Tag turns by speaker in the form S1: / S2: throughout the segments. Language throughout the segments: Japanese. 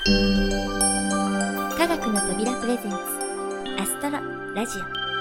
S1: 科学の扉プレゼンツアストロラジオ。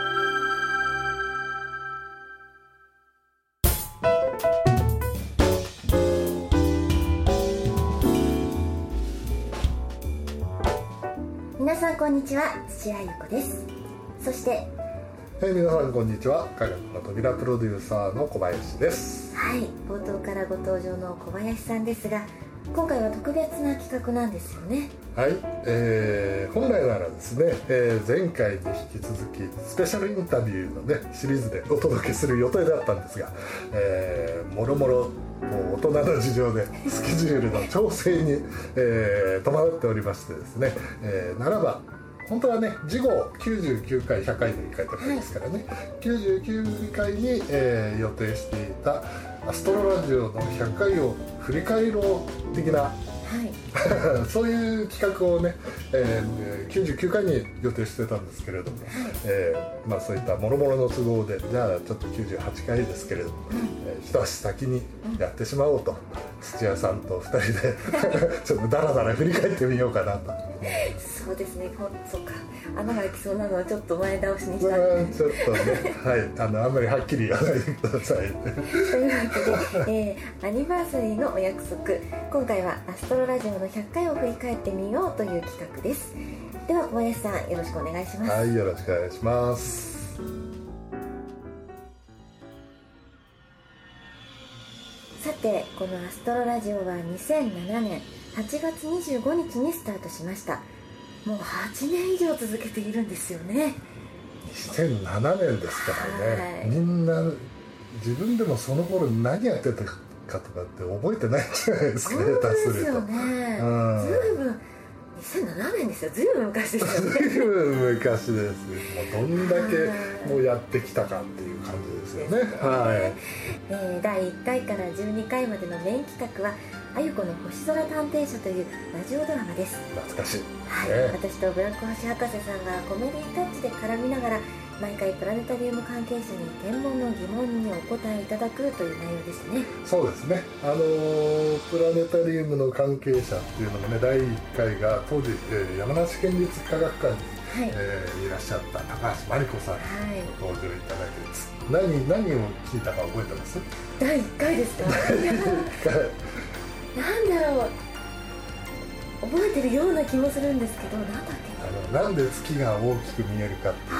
S1: 皆さんこんにちは、土屋ゆ子です。そして
S2: 皆さんこんにちは、科学の扉プロデューサーの小林です。
S1: はい、冒頭からご登場の小林さんですが、今回は特別な企画なんですよね。はい、
S2: 本来ならですね、前回に引き続きスペシャルインタビューのねシリーズでお届けする予定だったんですが、もろもろ大人の事情でスケジュールの調整に、戸惑っておりましてですね、ならば本当はね次号99回100回の1回とかですからね、はい、99回に、予定していたアストロラジオの100回を振り返ろう的な、はい、そういう企画をね、99回に予定してたんですけれども、はい、そういったもろもろの都合でじゃあちょっと98回ですけれども、一足先にやってしまおうと、土屋さんと2人でちょっとダラダラ振り返ってみようかなと。
S1: そうですね、そうか、穴が開きそうなのはちょっと前倒しにしたんで、
S2: ちょっとね、はい、あんまりはっきり言わないでください
S1: というわけで、アニバーサリーのお約束、今回はアストロラジオの100回を振り返ってみようという企画です。では小林さん、よろしくお願いします。
S2: はい、よろしくお願いします。
S1: さて、このアストロラジオは2007年8月25日にスタートしました。もう8年以上続けているんですよね。
S2: 2007年ですからね、はい、みんな自分でもその頃何やってたかとかって覚えてないんじゃないですかね。
S1: そうですよね、ずいぶん2007年ですよ、ずいぶん昔ですよね。
S2: ずいぶん昔です。もうどんだけもうやってきたかっていう感じですよね。はい、
S1: 第1回から12回までのメイン企画はあゆこの星空探偵社というラジオドラマです。
S2: 懐かしい、
S1: はい、私とブラック星博士さんがコメディタッチで絡みながら毎回プラネタリウム関係者に天文の疑問にお答えいただくという内容ですね。
S2: そうですね、プラネタリウムの関係者っていうのもね、第1回が当時、山梨県立科学館に、いらっしゃった高橋真理子さんにご登場いただいてです、何を聞いたか覚えてます？
S1: 第1回ですか？なんだろう、覚えてるような気もするんですけど、なんだっけな、
S2: なんで月が大きく見えるかっていう、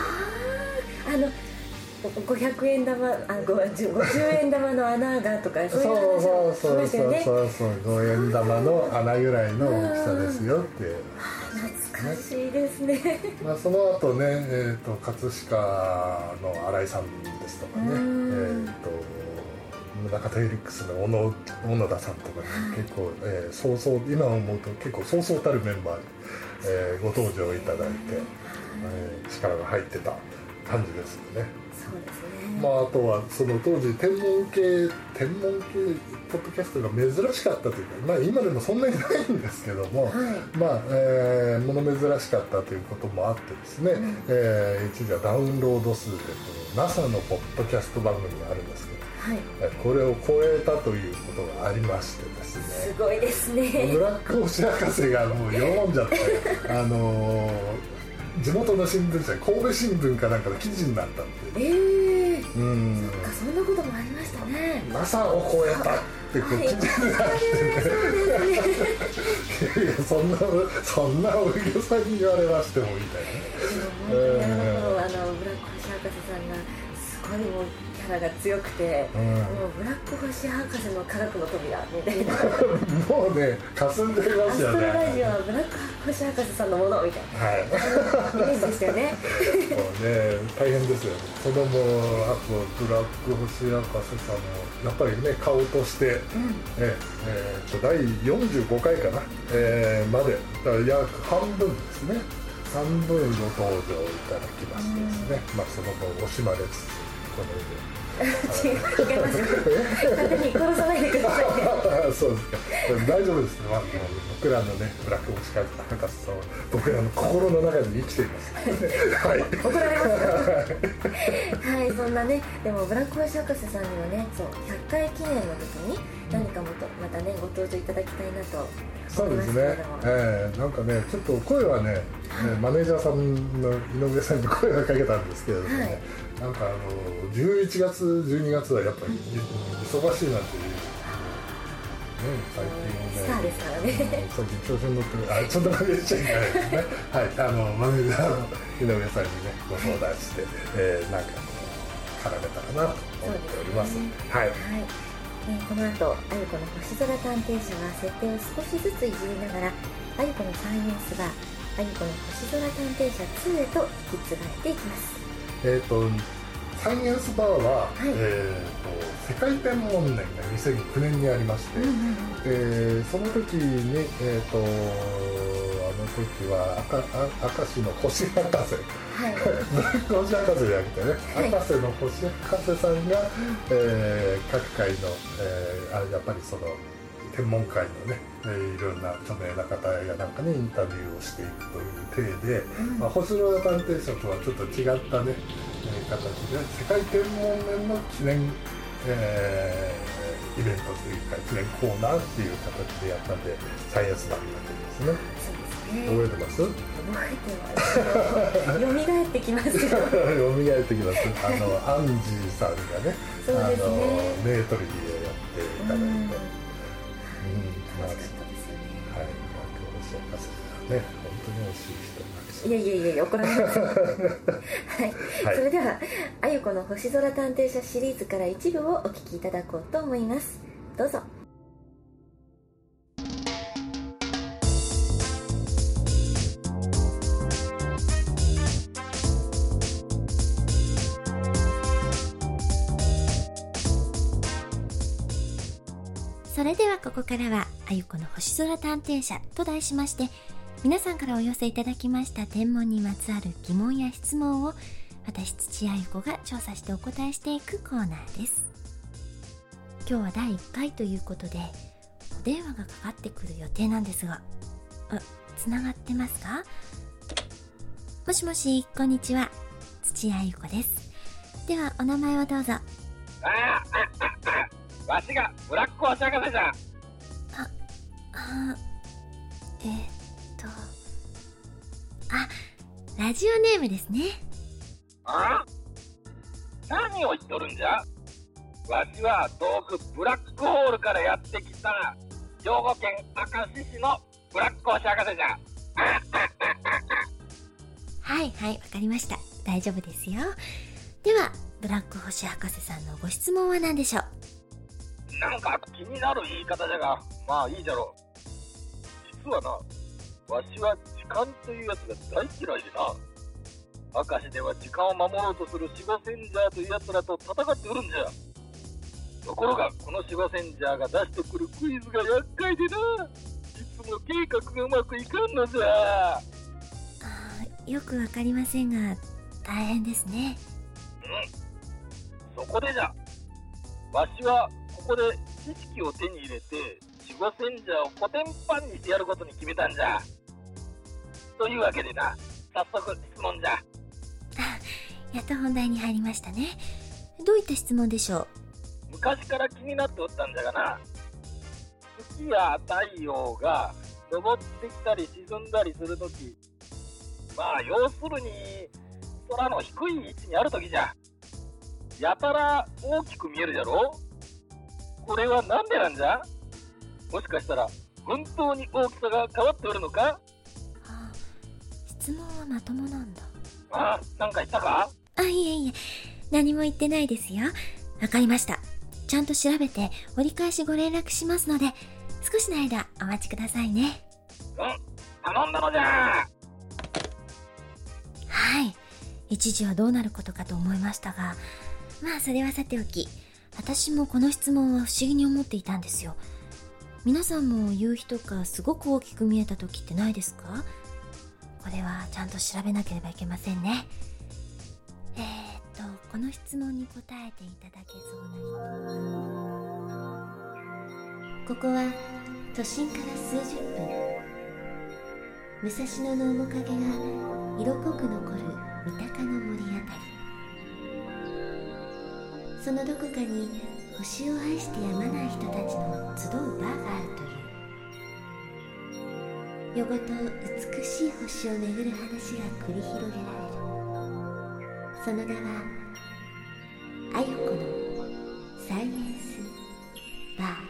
S1: 500円玉、50円玉の穴がとか、そういう話をしましたよね。
S2: そう5円玉の穴ぐらいの大きさですよっていう、
S1: 懐かしいですね。
S2: その後ね、葛飾の新井さんですとかね、中田エリックスの小野田さんとかね、結構、そうそう今思うと結構そうそうたるメンバーに、ご登場いただいて、力が入ってた感じですよね。
S1: そうですね。
S2: あとはその当時天文系ポッドキャストが珍しかったというか、今でもそんなにないんですけども、物珍しかったということもあってですね、一時はダウンロード数でNASA のポッドキャスト番組があるんですけど、これを超えたということがありましてですね、
S1: すごいですね。
S2: ブラック星博士がもう喜んじゃって地元の新聞社、神戸新聞かなんかの記事になったっていう。
S1: そっか、そんなこともありましたね。
S2: NASA を超えたって記事になってね、いやそんな大げさに言われましてもみたいな。
S1: ブラック星博士さんがすごいもうキャラが強くて、もうブラック星博士の科学の扉みたいな
S2: もうね、霞んでますよね。
S1: アストロラジオはブラック星博士さんのものみたいな、イメージでしたよね。
S2: そうね、大変ですよね。そのもあとブラック星博士さんもやっぱりね、顔として、第45回かな、まで約半分ですね、半分ご登場いただきましてですね、その後惜しまれつつこの
S1: 違いますよ、勝手に殺さないでくださいね。
S2: そうですか、大丈夫です。僕らのね、ブラック星博士さんは僕らの心の中に生きています。はい、
S1: 怒られますよ。はい、そんなね、でもブラック星博士さんにはね、そう100回記念の時に何かまたねご登場いただきたいなと思いますけれども、
S2: なんかねちょっと声はね、マネージャーさんの井上さんに声がかけたんですけれどもね、なんか11月12月はやっぱり忙しいなんていう、最近ね
S1: スターですからね、
S2: 最近調子に乗ってる、ちょっとマネージャーじゃないですねマネージャーの井上さんにねご相談して、なんか絡めたらなと思っております。
S1: この後あゆこの星空探偵社は設定を少しずついじりながら、あゆこのサイエンスがあゆこの星空探偵社2へと引き継がれていきます。
S2: サイエンスバーは、世界天文年が2009年にありまして、その時に、あの時は明石の星博士、ブラック星博士じゃなくてね、博士の星博士さんが、各界の、やっぱりその天文界のね、いろんな著名な方やなんかにインタビューをしていくという体で、星空探偵社とはちょっと違ったね、形で世界天文年の記念、イベントというか記念コーナーっていう形でやったんで、サイエンス版になってるんですね。覚えてます？
S1: 覚えてます。よみがえってきますよ。
S2: よみがえってきます。アンジーさんがね、
S1: そうですね、
S2: メートリーでやっていただいて、
S1: 楽しかったですよね。
S2: 星博士がね、本当に美味しい人なんですよ。
S1: いや怒らないです。それではあゆこの星空探偵社シリーズから一部をお聞きいただこうと思います。どうぞ。それではここからはあゆこの星空探偵社と題しまして、皆さんからお寄せいただきました天文にまつわる疑問や質問を私土屋あゆこが調査してお答えしていくコーナーです。今日は第1回ということでお電話がかかってくる予定なんですが、つながってますか？もしもし、こんにちは、土屋あゆこです。ではお名前をどうぞ。
S3: わしがブラック星博士じゃ。
S1: ラジオネームですね。
S3: 何を言っとるんじゃ。わしは遠くブラックホールからやってきた兵庫県明石市のブラック星博士じゃ。
S1: はいわかりました。大丈夫ですよ。ではブラック星博士さんのご質問は何でしょう？
S3: なんか気になる言い方じゃが、まあいいじゃろう。実はな、わしは時間というやつが大嫌いでな、明石では時間を守ろうとする守護センジャーというやつらと戦っておるんじゃ。ところがこの守護センジャーが出してくるクイズが厄介でな、いつも計画がうまくいかんのじゃ。
S1: よくわかりませんが大変ですね。
S3: そこでじゃ、わしはここで知識を手に入れて守護センジャーをコテンパンにしてやることに決めたんじゃ。というわけでな、早速質問じゃ。
S1: やっと本題に入りましたね。どういった質問でしょう？
S3: 昔から気になっておったんじゃがな、月や太陽が昇ってきたり沈んだりするとき、要するに空の低い位置にあるときじゃ、やたら大きく見えるじゃろ。これはなんでなんじゃ。もしかしたら本当に大きさが変わっておるのか。
S1: 質問はまともなんだ。
S3: なんか言ったか？
S1: いえ何も言ってないですよ。わかりました。ちゃんと調べて折り返しご連絡しますので、少しの間お待ちくださいね。
S3: 頼んだのじゃ。
S1: 一時はどうなることかと思いましたが、それはさておき、私もこの質問は不思議に思っていたんですよ。皆さんも夕日とかすごく大きく見えた時ってないですか？これはちゃんと調べなければいけませんね。この質問に答えていただけそうな人。ここは都心から数十分、武蔵野の面影が色濃く残る三鷹の森あたり。そのどこかに星を愛してやまない人たちの集うバーがあるという。 夜ごと美しい星を巡る話が繰り広げられる。その名はあゆこのサイエンスバー。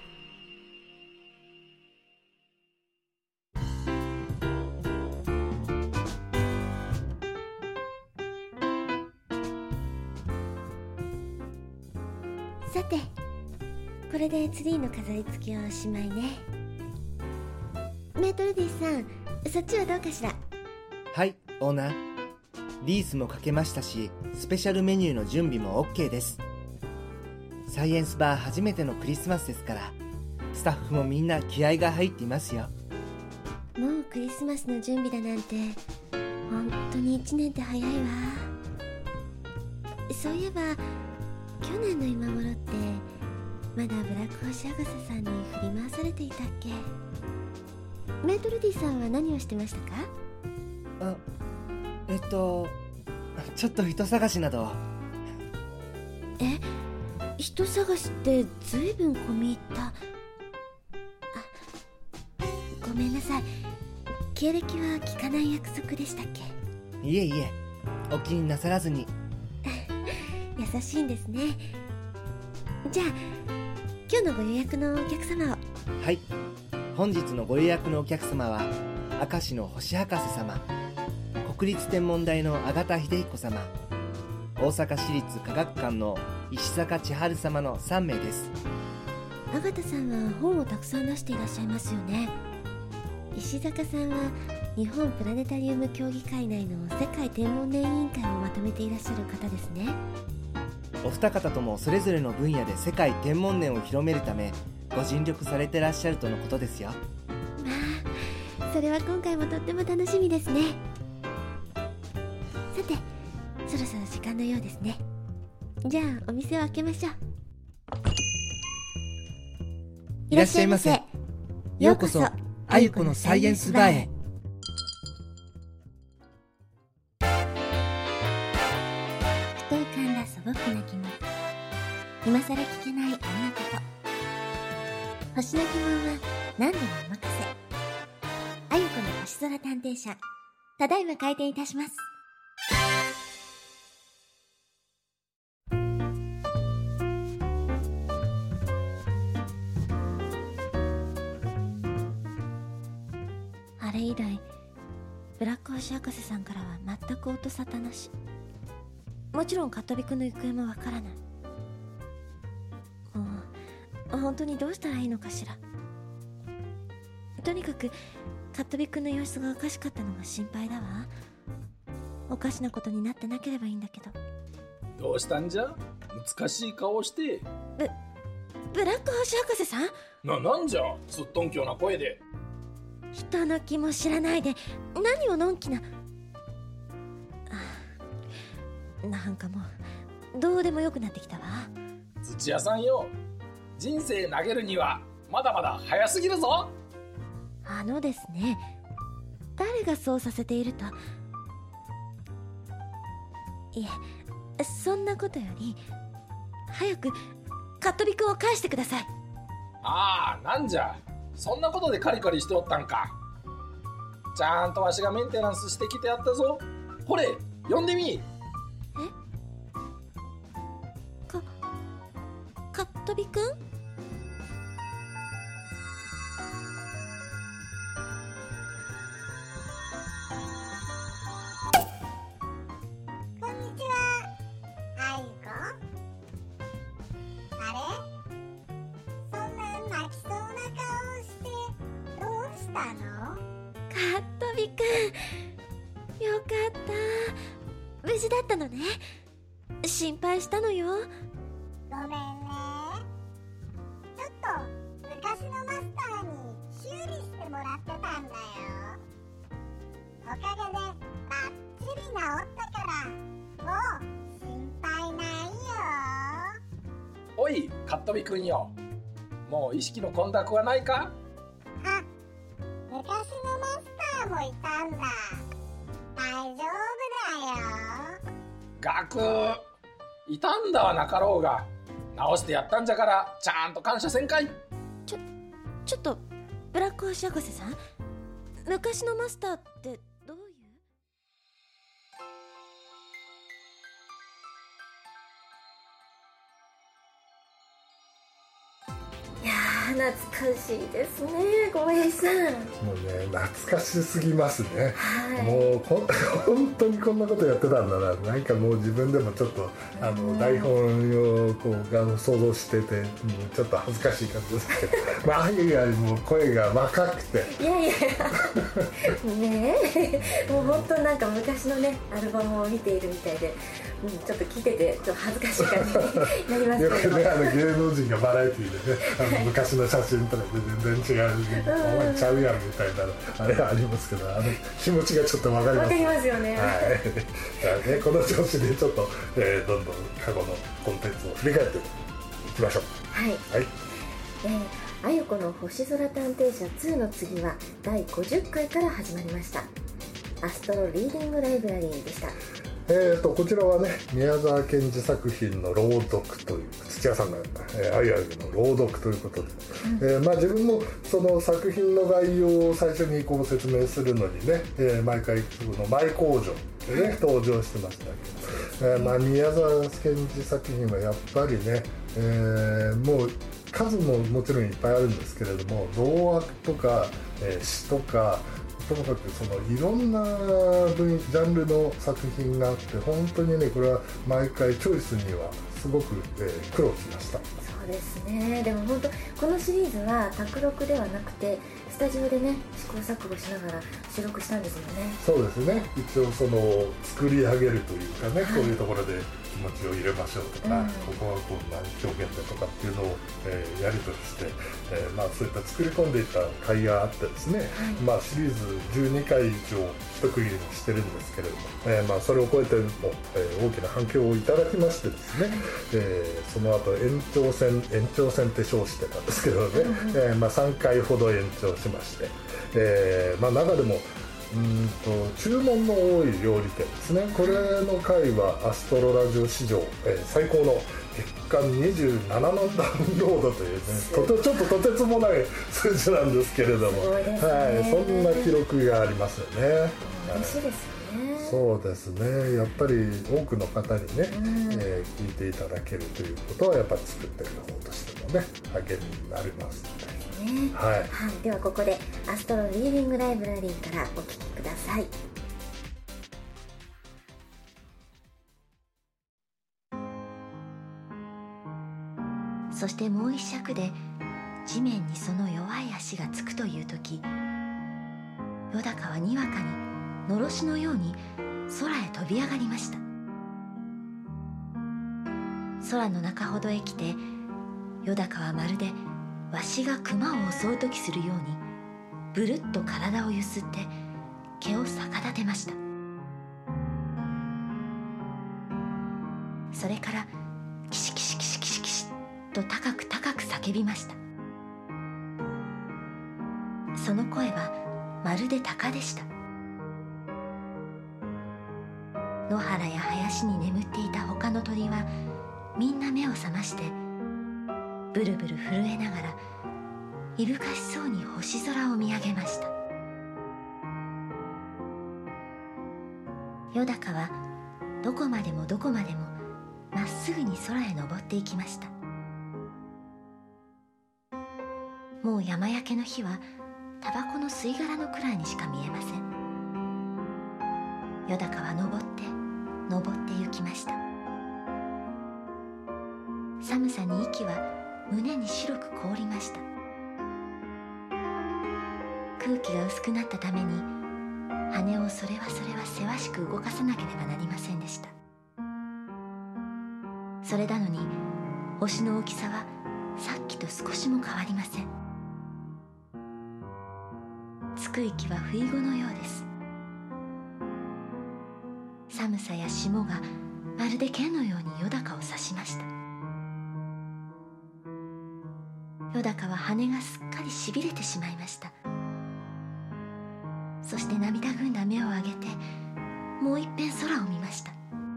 S1: さて、これでツリーの飾り付けはおしまいね。メートルディさん、そっちはどうかしら。
S4: はい、オーナー。リースもかけましたし、スペシャルメニューの準備も OK です。サイエンスバー初めてのクリスマスですから、スタッフもみんな気合が入っていますよ。
S1: もうクリスマスの準備だなんて本当に1年って早いわ。そういえば去年の今頃ってまだブラック星博士さんに振り回されていたっけ。メートルディさんは何をしてましたか？
S4: ちょっと人探しなど。
S1: 人探しってずいぶん込み入った。ごめんなさい、経歴は聞かない約束でしたっけ？
S4: いえいえ、お気になさらずに。
S1: 優しいんですね。じゃあ今日のご予約のお客様を。
S4: はい、本日のご予約のお客様は明石の星博士様、国立天文台の阿形秀彦様、大阪市立科学館の石坂千春様の3名です。
S1: 阿形さんは本をたくさん出していらっしゃいますよね。石坂さんは日本プラネタリウム協議会内の世界天文年委員会をまとめていらっしゃる方ですね。
S4: お二方ともそれぞれの分野で世界天文年を広めるためご尽力されてらっしゃるとのことですよ。
S1: まあ、それは今回もとっても楽しみですね。さて、そろそろ時間のようですね。じゃあお店を開けましょう。
S4: いらっしゃいませ。ようこそあゆこのサイエンスバーへ。
S1: ふと浮かんだ素朴な疑問、今さら聞けないあんなこと。星の疑問は何でもお任せ。あゆこの星空探偵社、ただいま開店いたします。あれ以来ブラック星博士さんからは全く音沙汰なし。もちろんカットビくんの行方もわからない。もう本当にどうしたらいいのかしら。とにかくカットビくんの様子がおかしかったのが心配だわ。おかしなことになってなければいいんだけど。
S5: どうしたんじゃ？難しい顔して。
S1: ブラック星博士さん？
S5: なんじゃすっとんきょうな声で。
S1: 人の気も知らないで何をのんきな。なんかもうどうでもよくなってきたわ。
S5: 土屋さんよ、人生投げるにはまだまだ早すぎるぞ。
S1: ですね、誰がそうさせていると。いえ、そんなことより早くカットビくんを返してください。
S5: なんじゃそんなことでカリカリしておったんか。ちゃんとわしがメンテナンスしてきてやったぞ。ほれ呼んでみ。
S1: カットビくん？
S6: こんにちは、あゆこ。あれ？そんな泣きそうな顔してどうしたの？
S1: カットビくん、よかった。無事だったのね。心配したのよ。
S6: ごめんね。ちょっと昔のマスターに修理してもらってたんだよ。おかげでバッチリ治ったからもう心配ないよ。
S5: おいカットビくんよ、もう意識の混濁はないか？
S6: 昔のマスターもいたんだ。大丈夫だよ。
S5: ガクー、いたんだはなかろうが直してやったんじゃからちゃんと感謝せんかい。
S1: ちょっとブラック星博士さん、 昔のマスターってどういう？いやー、懐かしいですね、小林さん。
S2: もうね、懐かしすぎますね。
S1: はい、
S2: もう本当にこんなことやってたんだな。なんかもう自分でもちょっと台本をこうが想像してて、もうちょっと恥ずかしい感じですけど、まああゆがもう声が若くて、
S1: いやいやねえ、もう本当なんか昔のねアルバムを見ているみたいで、ちょっと聞いててちょっと恥ずかしい感じになりますけど。
S2: よくね、芸能人がバラエティーでね、昔の写真とかで全然違う、お前ちゃうやんみたいなあれはありますけど、気持ちがちょっと分かります。
S1: 分かりますよね。
S2: はい。じゃあね、この調子でちょっと、どんどん過去のコンテンツを振り返っていきましょう。
S1: はい。
S2: はい。
S1: あゆこの星空探偵社2の次は第50回から始まりました。アストロリーディングライブラリーでした。
S2: こちらはね、宮沢賢治作品の朗読という、土屋さんがあゆあゆの朗読ということで、まあ、自分もその作品の概要を最初にこう説明するのにね、毎回その前工場でね登場してましたけど、まあ、宮沢賢治作品はやっぱりね、もう数ももちろんいっぱいあるんですけれども、童話とか、詩とか、ともかくそのいろんなジャンルの作品があって、本当にねこれは毎回チョイスにはすごく、苦労しました。
S1: そうですね。でも本当このシリーズは卓録ではなくてスタジオでね試行錯誤しながら収録したんですよね。
S2: そうですね。一応その作り上げるというかね、こういうところで気持ちを入れましょうとか、ここはこんな表現でとかっていうのを、やり取りして、まあ、そういった作り込んでいた回があってですね、まあ、シリーズ12回以上一区切りにしてるんですけれども、まあ、それを超えても、大きな反響をいただきましてですね、その後延長戦って称してたんですけどね、まあ、3回ほど延長しまして、まあ、中でも注文の多い料理店ですね。これの回はアストロラジオ史上、最高の月間27万ダウンロードというね、ちょっととてつもない数字なんですけれども、はい、そんな記録がありますよね。
S1: 嬉しいですよね。
S2: そうですね。やっぱり多くの方にね、聞いていただけるということはやっぱり作ってる方としてもね励みになりますので。はい、
S1: ではここでアストロリーディングライブラリーからお聞きください。そしてもう一尺で地面にその弱い足がつくという時、よだかはにわかにのろしのように空へ飛び上がりました。空の中ほどへ来て、よだかはまるでわしが熊を襲うときするようにぶるっと体をゆすって毛を逆立てました。それからキシキシキシキシキシと高く高く叫びました。その声はまるで鷹でした。野原や林に眠っていた他の鳥はみんな目を覚ましてブルブル震えながらいぶかしそうに星空を見上げました。よだかはどこまでもどこまでもまっすぐに空へ登っていきました。もう山焼けの火はタバコの吸い殻のくらいにしか見えません。よだかは登って行きました。寒さに息は胸に白く凍りました。空気が薄くなったために羽をそれはせわしく動かさなければなりませんでした。それなのに星の大きさはさっきと少しも変わりません。つく息は不意後のようです。寒さや霜がまるで剣のようによだかを刺しました。よだかは羽がすっかりしびれてしまいました。そして涙ぐんだ目を上げてもう一遍空を見ました。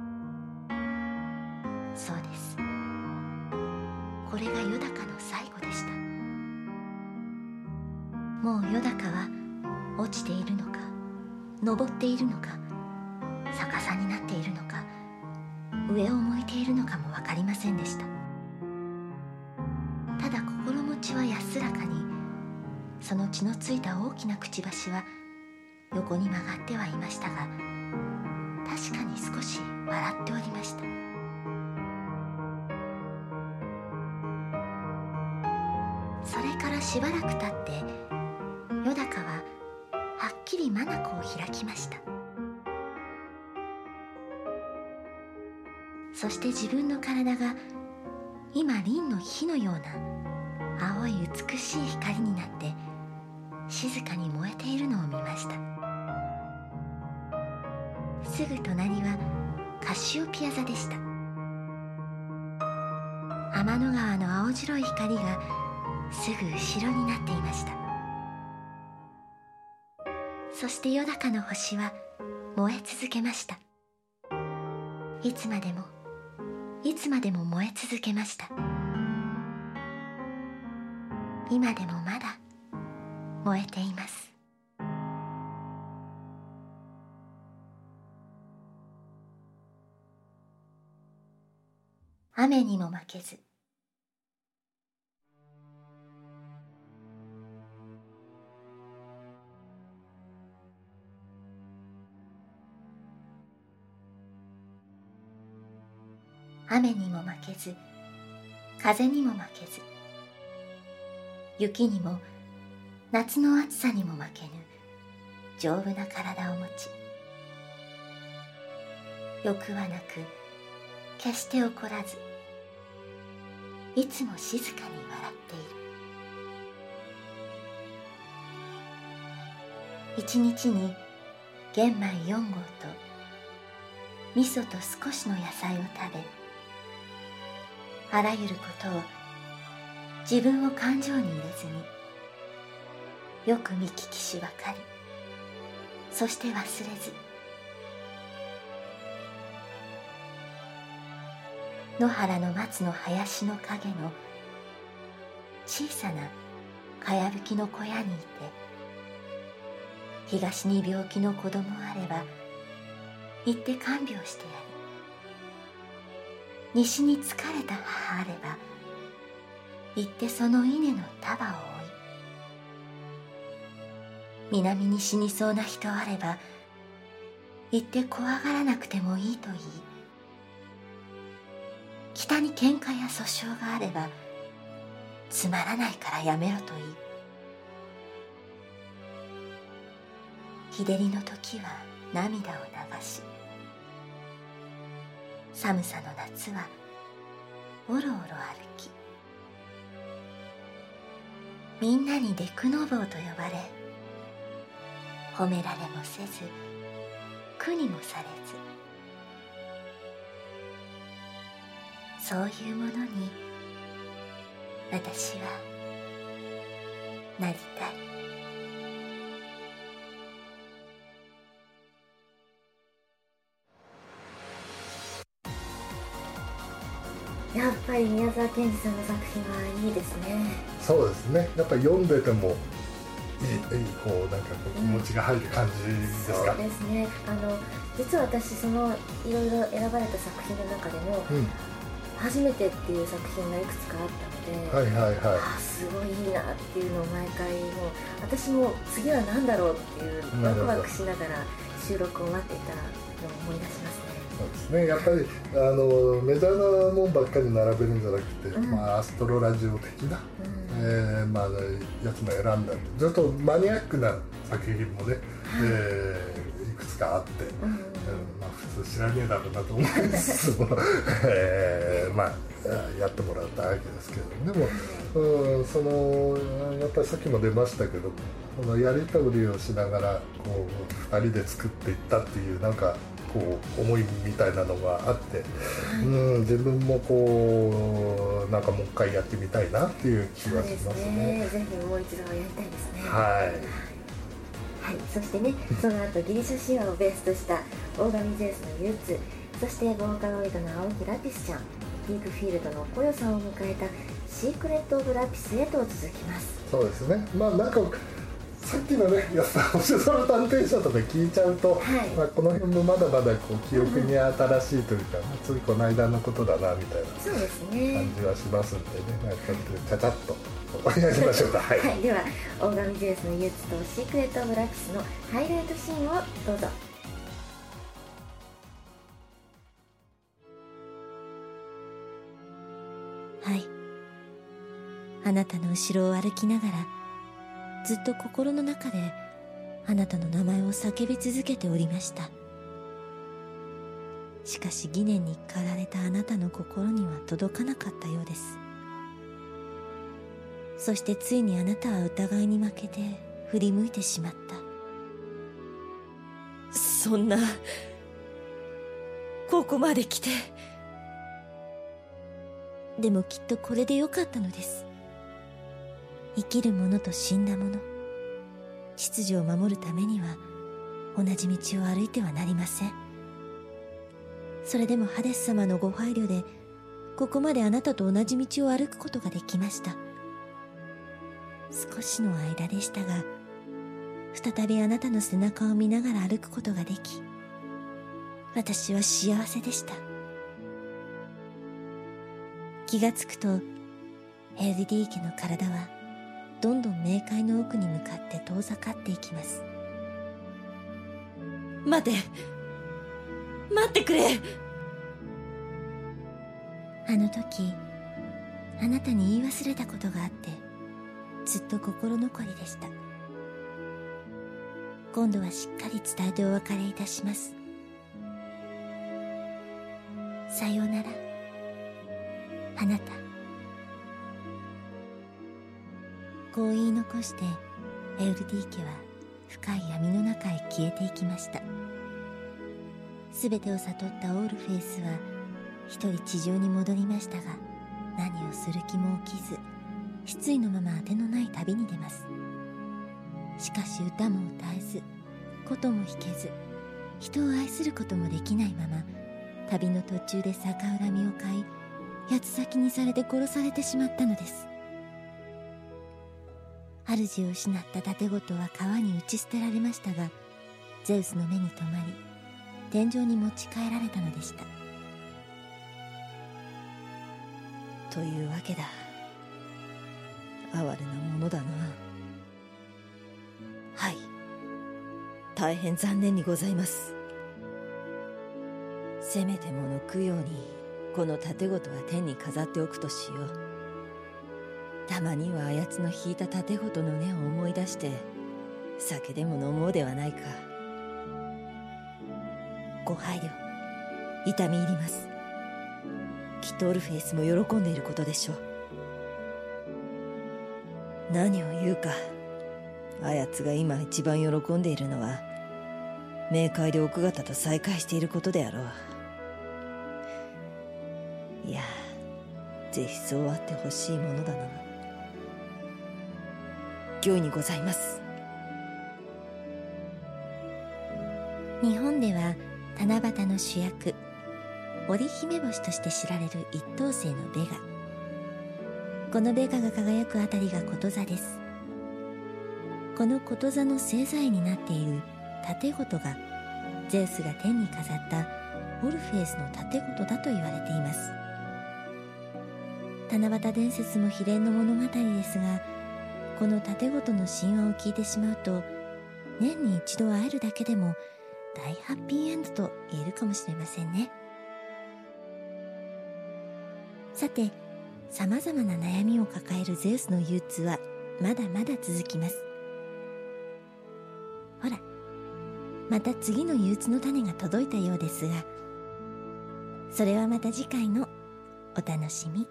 S1: そうです。これがよだかの最後でした。もうよだかは落ちているのか、登っているのか、逆さになっているのか、上を向いているのかも分かりませんでした。ただ心持ちは安らかに、その血のついた大きなくちばしは横に曲がってはいましたが、確かに少し笑っておりました。それからしばらく経って、よだかははっきり眼を開きました。そして自分の体が今輪の火のような青い美しい光になって静かに燃えているのを見ました。すぐ隣はカシオピア座でした。天の川の青白い光がすぐ後ろになっていました。そしてよだかの星は燃え続けました。いつまでもいつまでも燃え続けました。今でもまだ燃えています。雨にも負けず。雨にも負けず、風にも負けず、雪にも夏の暑さにも負けぬ丈夫な体を持ち、欲はなく決して怒らず、いつも静かに笑っている。一日に玄米4合と味噌と少しの野菜を食べ、あらゆることを自分を感情に入れずによく見聞きし分かり、そして忘れず、野原の松の林の陰の小さなかやぶきの小屋にいて、東に病気の子供あれば行って看病してやる。西に疲れた母あれば行ってその稲の束を追い、南に死にそうな人あれば行って怖がらなくてもいいと言い、北に喧嘩や訴訟があればつまらないからやめろと言い、日照りの時は涙を流し、寒さの夏はおろおろ歩き、みんなにデクノボーと呼ばれ、褒められもせず苦にもされず、そういうものに私はなりたい。やっぱり宮沢賢治さんの作品はいいですね。
S2: そうですね。やっぱり読んでてもいいこうなんかこう気持ちが入る感じですか。
S1: そうですね。実は私そのいろいろ選ばれた作品の中でも、初めてっていう作品がいくつかあったので、すごいいいなっていうのを毎回もう私も次は何だろうっていうワクワクしながら収録を待っていたのを思い出しますね。
S2: そうですね、やっぱりメジャーなもんばっかり並べるんじゃなくて、アストロラジオ的な、やつも選んだんで、ちょっとマニアックな作品もね、いくつかあって、普通知らねえだろうなと思いつつもやってもらったわけですけど、でも、やっぱりさっきも出ましたけど、このやり取りをしながらこう2人で作っていったっていうなんかこう思いみたいなのがあって、自分もこうなんかもう一回やってみたいなっていう気がしますね。
S1: ぜひもう一度やりたいですね。
S2: はい、
S1: そしてね、その後ギリシャ神話をベースとしたオーガミゼウスの憂鬱、そしてボーカロイドの青木ラピスちゃん、ディークフィールドのコヨさんを迎えたシークレット・オブ・ラピスへと続きます。
S2: そうですね。なんかさっきのね安田星空探偵社とか聞いちゃうと、
S1: はい
S2: まあ、この辺もまだまだこう記憶に新しいというか、ついこの間のことだなみたいな
S1: そうですね。
S2: 感じはしますんでね、まあ、ちゃちゃっとお願いしましょうか。はい、
S1: はい、では大神ゼウスの憂鬱とシークレット・オブ・ラピスのハイライトシーンをどうぞ。はい、あなたの後ろを歩きながらずっと心の中であなたの名前を叫び続けておりました。しかし疑念に駆られたあなたの心には届かなかったようです。そしてついにあなたは疑いに負けて振り向いてしまった。そんな、ここまで来て。でもきっとこれでよかったのです。生きる者と死んだ者、秩序を守るためには同じ道を歩いてはなりません。それでもハデス様のご配慮でここまであなたと同じ道を歩くことができました。少しの間でしたが、再びあなたの背中を見ながら歩くことができ、私は幸せでした。気がつくとエルディ家の体はどんどん冥界の奥に向かって遠ざかっていきます。待ってくれ。あの時あなたに言い忘れたことがあってずっと心残りでした。今度はしっかり伝えてお別れいたします。さようなら、あなた。こう言い残してエウルディ家は深い闇の中へ消えていきました。すべてを悟ったオールフェイスは一人地上に戻りましたが、何をする気も起きず失意のまま当てのない旅に出ます。しかし歌も歌えず琴も弾けず人を愛することもできないまま、旅の途中で逆恨みを買い八つ裂きにされて殺されてしまったのです。主を失った盾ごとは川に打ち捨てられましたが、ゼウスの目に留まり天井に持ち帰られたのでした。というわけだ。哀れなものだな。はい、大変残念にございます。せめてもの供養にこの盾ごとは天に飾っておくとしよう。たまにはあやつの引いた盾ごとの根を思い出して酒でも飲もうではないか。ご配慮痛み入ります。きっとオルフェイスも喜んでいることでしょう。何を言うか、あやつが今一番喜んでいるのは冥界で奥方と再会していることであろう。いや、ぜひそうあってほしいものだな。御意にございます。日本では七夕の主役織姫星として知られる一等星のベガ。このベガが輝くあたりがこと座です。このこと座の星座絵になっている盾ごとがゼウスが天に飾ったオルフェウスの盾ごとだと言われています。七夕伝説も秘伝の物語ですが、この盾ごとの神話を聞いてしまうと年に一度会えるだけでも大ハッピーエンドと言えるかもしれませんね。さて、さまざまな悩みを抱えるゼウスの憂鬱はまだまだ続きます。ほら、また次の憂鬱の種が届いたようですが、それはまた次回のお楽しみ。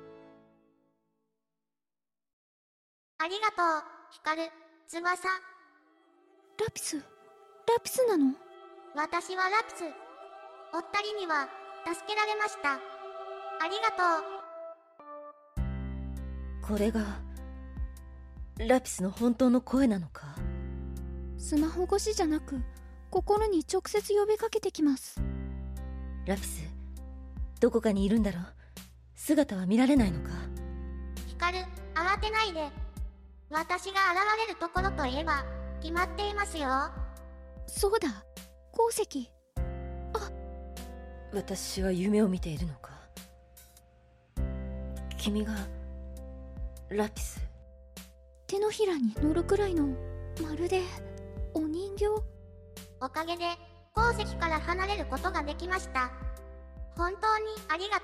S6: ありがとう、ヒカル、翼。
S7: ラピスなの？
S6: 私はラピス。お二人には助けられました。ありがとう。
S1: これがラピスの本当の声なのか？
S7: スマホ越しじゃなく心に直接呼びかけてきます。
S1: ラピス、どこかにいるんだろう？姿は見られないのか？
S6: ヒカル、慌てないで。 私が現れるところといえば決まっていますよ。
S7: そうだ、鉱石。
S8: 私は夢を見ているのか。君がラピス。
S7: 手のひらに乗るくらいのまるでお人形。
S6: おかげで鉱石から離れることができました。本当にありが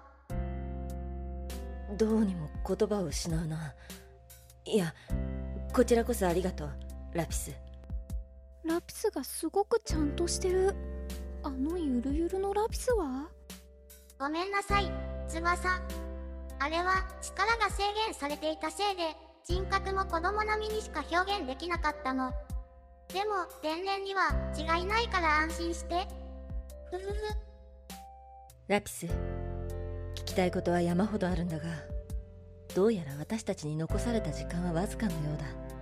S6: とう。
S8: どうにも言葉を失うな。いや、こちらこそありがとう、ラピス。
S7: ラピスがすごくちゃんとしてる。あのゆるゆるのラピスは？
S6: ごめんなさい、翼。あれは力が制限されていたせいで、人格も子供並みにしか表現できなかったの。でも天然には違いないから安心して。ふふふ。
S8: ラピス、聞きたいことは山ほどあるんだが、どうやら私たちに残された時間はわずかのようだ。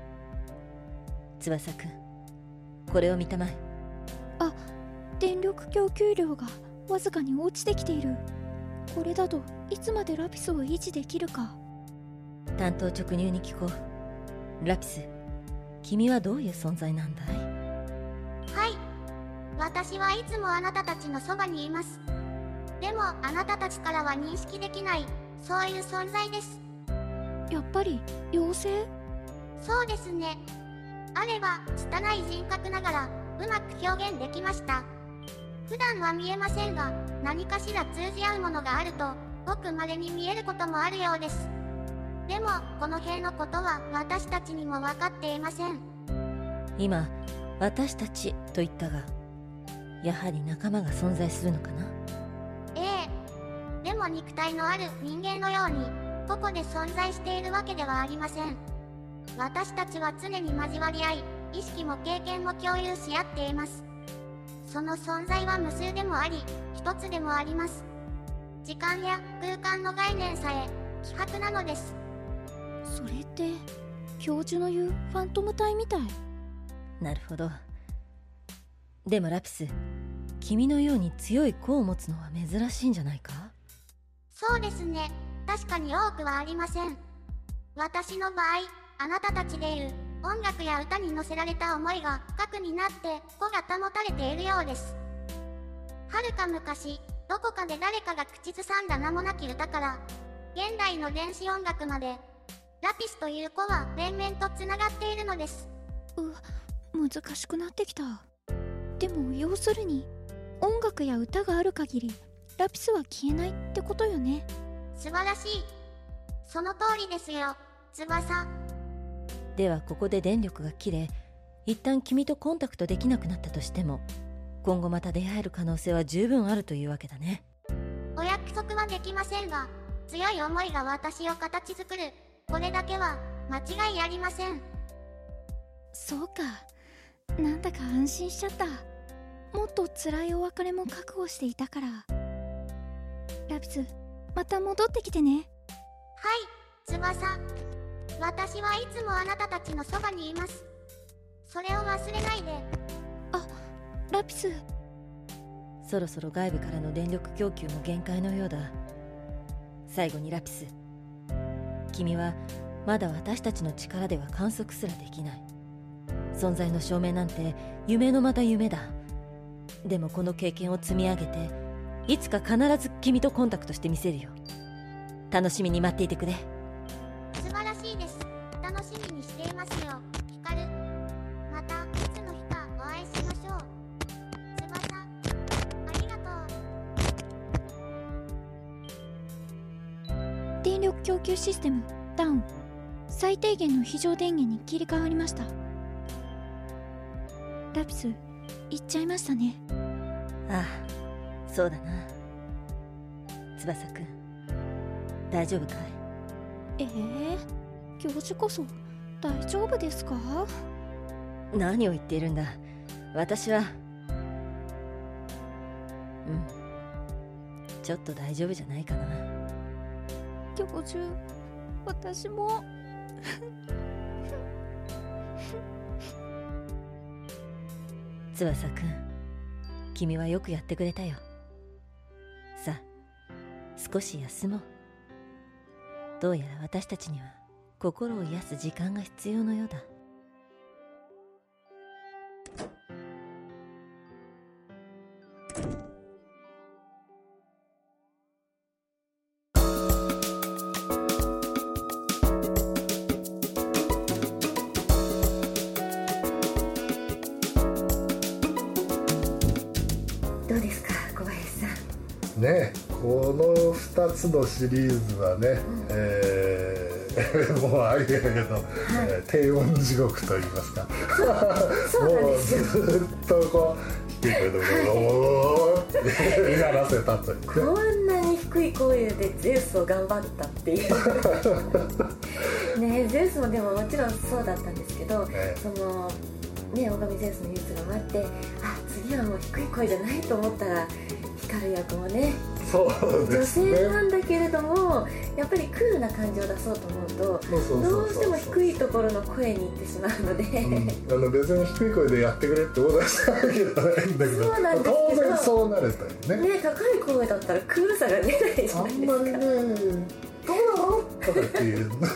S8: 翼くん、これを見たまえ。
S7: 電力供給量がわずかに落ちてきている。これだといつまでラピスを維持できるか。
S8: 単刀直入に聞こう。ラピス、君はどういう存在なんだい？
S6: はい。私はいつもあなたたちのそばにいます。でもあなたたちからは認識できない、そういう存在です。
S7: やっぱり妖精？
S6: そうですね。あれば拙い人格ながらうまく表現できました。普段は見えませんが、何かしら通じ合うものがあるとごく稀に見えることもあるようです。でもこの辺のことは私たちにも分かっていません。
S8: 今、私たちと言ったが、やはり仲間が存在するのかな？
S6: ええ。でも肉体のある人間のように個々で存在しているわけではありません。私たちは常に交わり合い、意識も経験も共有し合っています。その存在は無数でもあり、一つでもあります。時間や空間の概念さえ希薄なのです。
S7: それって教授の言うファントム体みたい。
S8: なるほど。でもラピス、君のように強い個を持つのは珍しいんじゃないか？
S6: そうですね。確かに多くはありません。私の場合、あなたたちでいう音楽や歌に乗せられた思いが核になって個が保たれているようです。はるか昔、どこかで誰かが口ずさんだ名もなき歌から、現代の電子音楽まで、ラピスという子は連綿とつながっているのです。
S7: 難しくなってきた。でも要するに音楽や歌がある限りラピスは消えないってことよね。
S6: 素晴らしい。その通りですよ、翼。
S8: ではここで電力が切れ、一旦君とコンタクトできなくなったとしても、今後また出会える可能性は十分あるというわけだね。
S6: お約束はできませんが、強い思いが私を形作る、これだけは間違いありません。
S7: そうか、なんだか安心しちゃった。もっと辛いお別れも覚悟していたから。ラピス、また戻ってきてね。
S6: はい、翼。私はいつもあなたたちのそばにいます。それを忘れないで。
S7: ラピス。
S8: そろそろ外部からの電力供給も限界のようだ。最後にラピス、君はまだ私たちの力では観測すらできない。存在の証明なんて夢のまた夢だ。でもこの経験を積み上げて、いつか必ず君とコンタクトしてみせるよ。楽しみに待っていてくれ。
S6: 素晴らしいです。楽しみにしていますよ、ヒカル。またいつの日かお会いしましょう。翼、ありがとう。
S7: 電力供給システムダウン。最低限の非常電源に切り替わりました。ラピス、行っちゃいましたね。
S8: ああ、そうだな。翼くん、大丈夫かい？
S7: 教授こそ大丈夫ですか？
S8: 何を言っているんだ。私はちょっと大丈夫じゃないかな。
S7: 教授、私も
S8: 翼くん、君はよくやってくれたよ。さあ、少し休もう。どうやら私たちには心を癒す時間が必要のようだ。
S1: どうですか小林さん。
S2: ね、この2つのシリーズはね、もうあれやけど、低音地獄といいますかもうずっとこう低い声でおーって鳴らせたという、ね、
S1: こんなに低い声でゼウスを頑張ったっていうね。ゼウスもでももちろんそうだったんですけど、そのね、狼ゼウスのニュースが待って、あ、次はもう低い声じゃないと思ったら光る役もね、
S2: そうですね、
S1: 女性なんだけれどもやっぱりクールな感じを出そうと思うとどうしても低いところの声に行ってしまうので、
S2: 別に低い声でやってくれってオーダーしたわけじゃないんだけど、
S1: そうなんですけど
S2: 当然そうなれたよね。
S1: 高い声だったらクールさが出ないじゃないですか。
S2: あんまりね、どうなのとかっていうのがね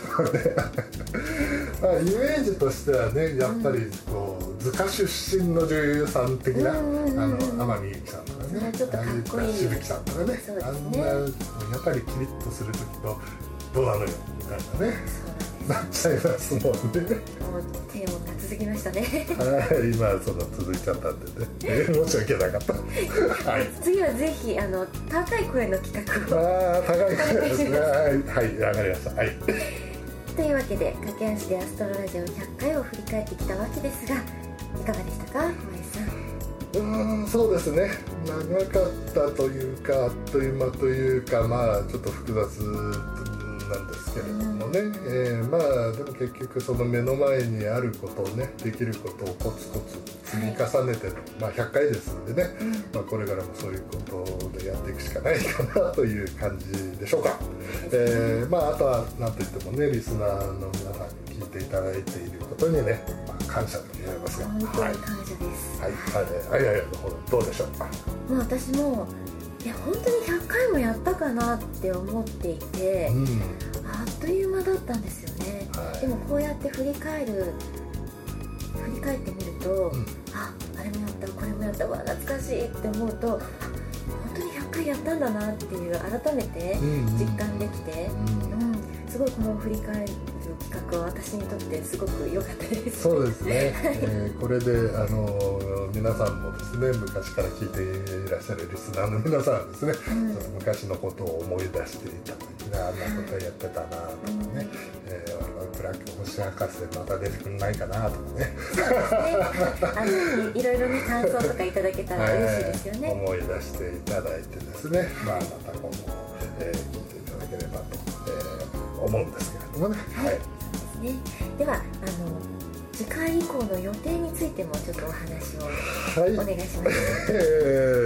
S2: イメージとしてはね、やっぱりこう図鑑出身の女優さん的な、天海祐希さんとかね、
S1: ちょっとかっこいい
S2: しぶきさんとかね、あんなやっぱりキリッとする時とどうなのよみたいなね、なっちゃいますもんね。もう
S1: 低音が続きましたね
S2: 今その続いちゃったんでね、申し訳なかった
S1: 次はぜひ高い声の企画を
S2: 高い声ですね。はい、わかりました。はい。
S1: というわけで駆け足でアストロラジオ100回を振り返ってきたわけですが、いかがでしたか小林さん。
S2: そうですね、長かったというかあっという間というか、まあちょっと複雑なんですけれどもね、まあでも結局その目の前にあることをね、できることをコツコツ積み重ねての、まあ100回ですんでね、まあこれからもそういうことでやっていくしかないかなという感じでしょうか。まああとは何といってもね、リスナーの皆さんに聞いていただいていることにね、まあ、感謝でございますが、
S1: 本当に感謝です。
S2: はい、どうでしょうか。
S1: もう私もいや本当に100回もやったかなって思っていて、あっという間だったんですよね、でもこうやって振り返ってみると、あれもやったこれもやったわ懐かしいって思うと、本当に100回やったんだなっていう改めて実感できて、すごいこの振り返る企画は私にとってすごく良かったです。
S2: そうですね、これで皆さんもですね、昔から聞いていらっしゃるリスナーの皆さんですね、昔のことを思い出していた時に、あんなことやってたなとかね、ブラック星博士また出てくんないかなとかね、
S1: いろいろね感想とかいただけたら嬉しいですよね、
S2: 思い出していただいてですね、また今後も、聞いていただければと、思うんですけれどもね。
S1: はい、そうですね。では次回以降の予定についてもちょっとお話をお願いします。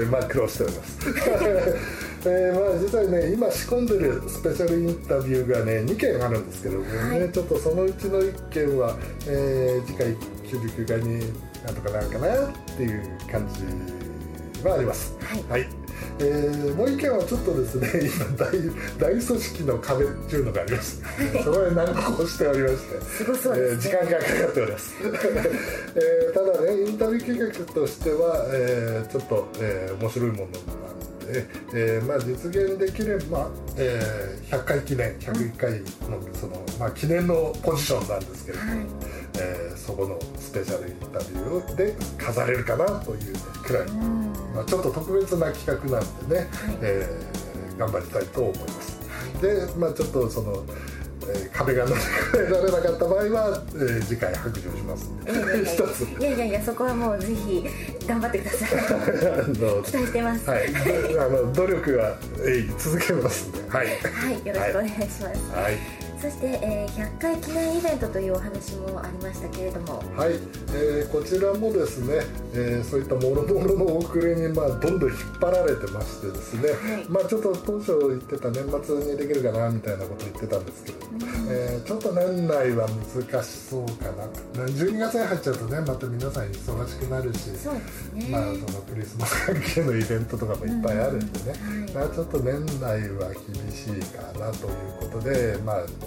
S2: まあ苦労しておりますまあ実はね、今仕込んでるスペシャルインタビューがね2件あるんですけどもね、ちょっとそのうちの1件は、次回99回になんとかなるかなっていう感じはあります。はい、もう一件はちょっとですね、今大組織の壁っていうのがありまして、そこで難航しておりまして
S1: すごそうですね、
S2: 時間がかかっておりますただね、インタビュー計画としては、ちょっと、面白いものなんで、まあ、実現できれば、100回記念101回のその、まあ、記念のポジションなんですけれども、そこのスペシャルインタビューで飾れるかなというくらい、まあ、ちょっと特別な企画なんでね、頑張りたいと思います。で、まあ、ちょっとその、壁が乗り越えられなかった場合は、次回白状しますんで、一つ
S1: いやそこはもうぜひ頑張ってください期待してます。
S2: 努力は続けますんで、はい、
S1: よろしくお願いします。そして、100回記念イベントというお話もありましたけれども、
S2: はい、こちらもですね、そういったもろもろの遅れに、まあ、どんどん引っ張られてましてですね、まあ、ちょっと当初言ってた年末にできるかなみたいなことを言ってたんですけど、ちょっと年内は難しそうかなと。12月に入っちゃうとね、また皆さん忙しくなるし、
S1: そうですね、
S2: まあ、そのクリスマス関係のイベントとかもいっぱいあるんでね、まあ、ちょっと年内は厳しいかなということで、まあ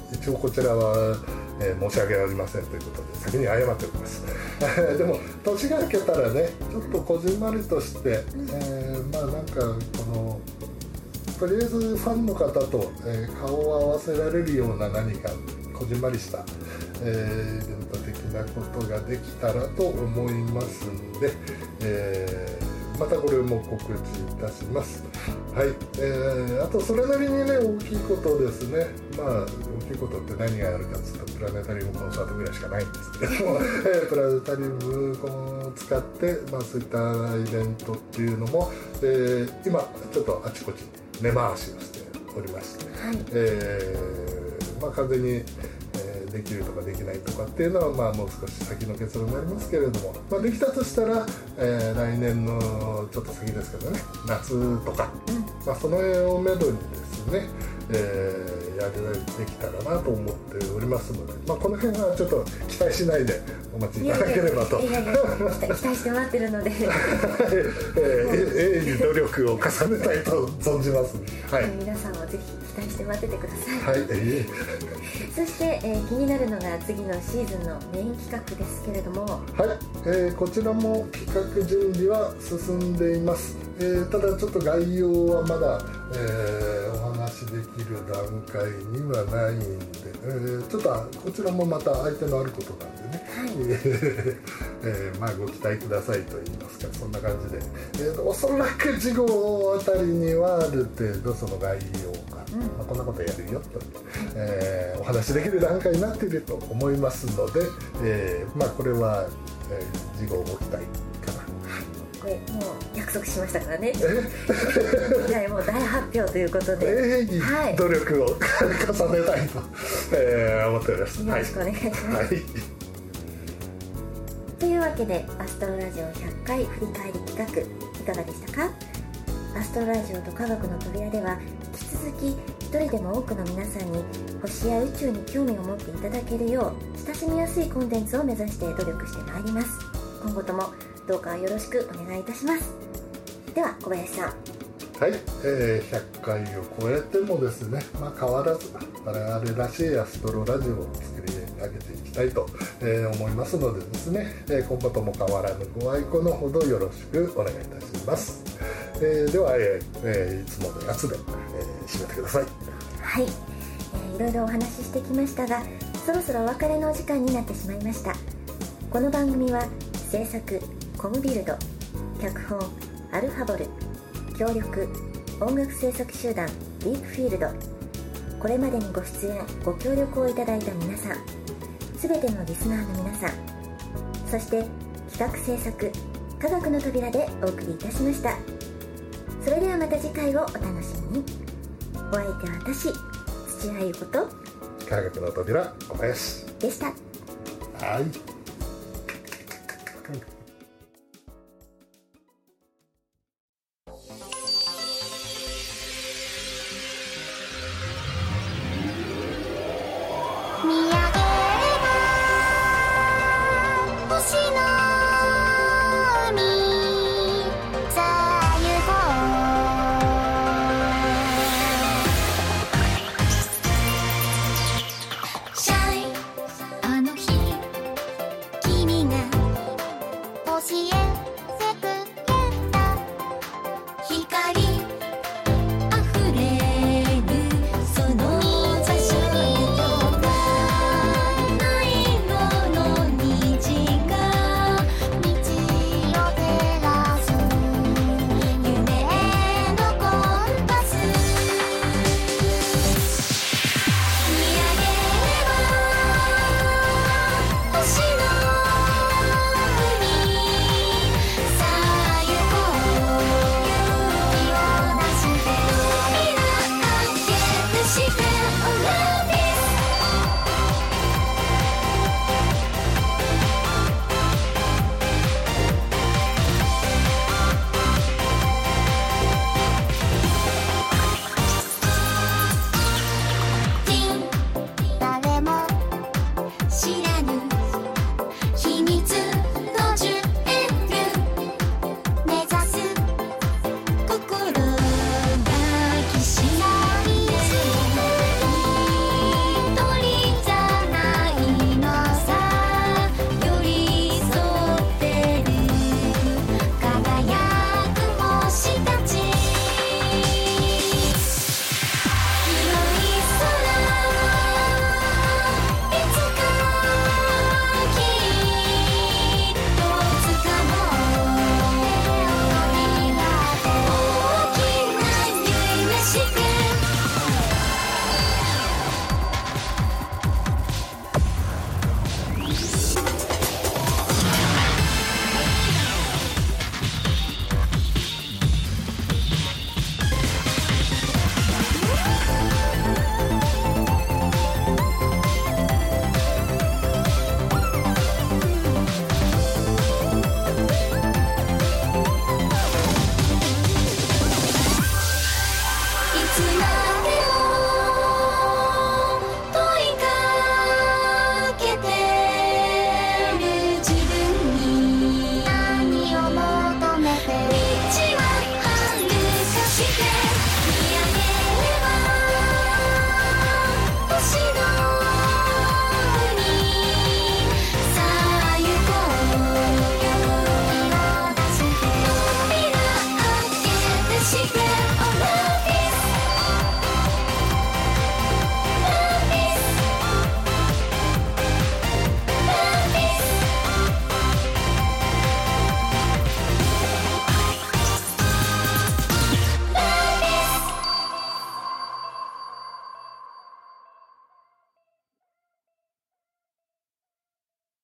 S2: 一応こちらは、申し訳ありませんということで先に謝っておりますでも年が明けたらねちょっとこじんまりとして、まあなんかこのとりあえずファンの方と、顔を合わせられるような何かこじんまりした、イベント的なことができたらと思いますんで、またこれも告知いたします。はい、あとそれなりにね大きいことですね。まあ大きいことって何があるかというとプラネタリウムコンサートぐらいしかないんですけども、プラネタリウムを使って、まあ、そういったイベントっていうのも、今ちょっとあちこち根回しをしておりまして、
S1: はい、
S2: まあ、完全にできるとかできないとかっていうのは、まあ、もう少し先の結論になりますけれども、まあ、できたとしたら、来年のちょっと先ですけどね夏とか、まあ、その辺をめどにですね、やれできたらなと思っておりますので、まあ、この辺はちょっと期待しないでお待ちいただければと。
S1: いや期待して待ってるので
S2: 鋭意努力を重ねたいと存じます、はい、
S1: 皆さんもぜひ期待して待っててください。
S2: はい、
S1: そして、気になるのが次のシーズンのメイン企画ですけれども、
S2: はい、こちらも企画準備は進んでいます。ただちょっと概要はまだ、お話しできる段階にはないんで、ちょっとこちらもまた相手のあることなんでね、まあご期待くださいと言いますか、そんな感じで、おそらく次号あたりにはある程度その概要が、まあ、こんなことやるよと、お話しできる段階になっていると思いますので、まあこれは、次号ご期待かな。
S1: これもう約束しましたからね次回もう大発表ということで、
S2: 努力を重ねたいと、思っております。
S1: よろしくお願いします、
S2: はい、
S1: というわけでアストロラジオ100回振り返り企画いかがでしたか？アストロラジオと科学の扉では引き続き一人でも多くの皆さんに星や宇宙に興味を持っていただけるよう親しみやすいコンテンツを目指して努力してまいります。今後ともどうかよろしくお願いいたします。では小林さん。
S2: はい、100回を超えてもですね、まあ、変わらず我々らしいアストロラジオを作り上げていきたいと、思いますのでですね、今後とも変わらぬご愛顧のほどよろしくお願いいたします。では、いつものやつで、締めてください。
S1: はい、いろいろお話ししてきましたが、そろそろお別れのお時間になってしまいました。この番組は制作コムビルド、脚本アルファボル、協力音楽制作集団ディープフィールド、これまでにご出演ご協力をいただいた皆さん、すべてのリスナーの皆さん、そして企画制作科学の扉でお送りいたしました。それではまた次回をお楽しみに。お相手は私土屋ゆ子と
S2: 科学の扉小林
S1: でした。
S2: はい。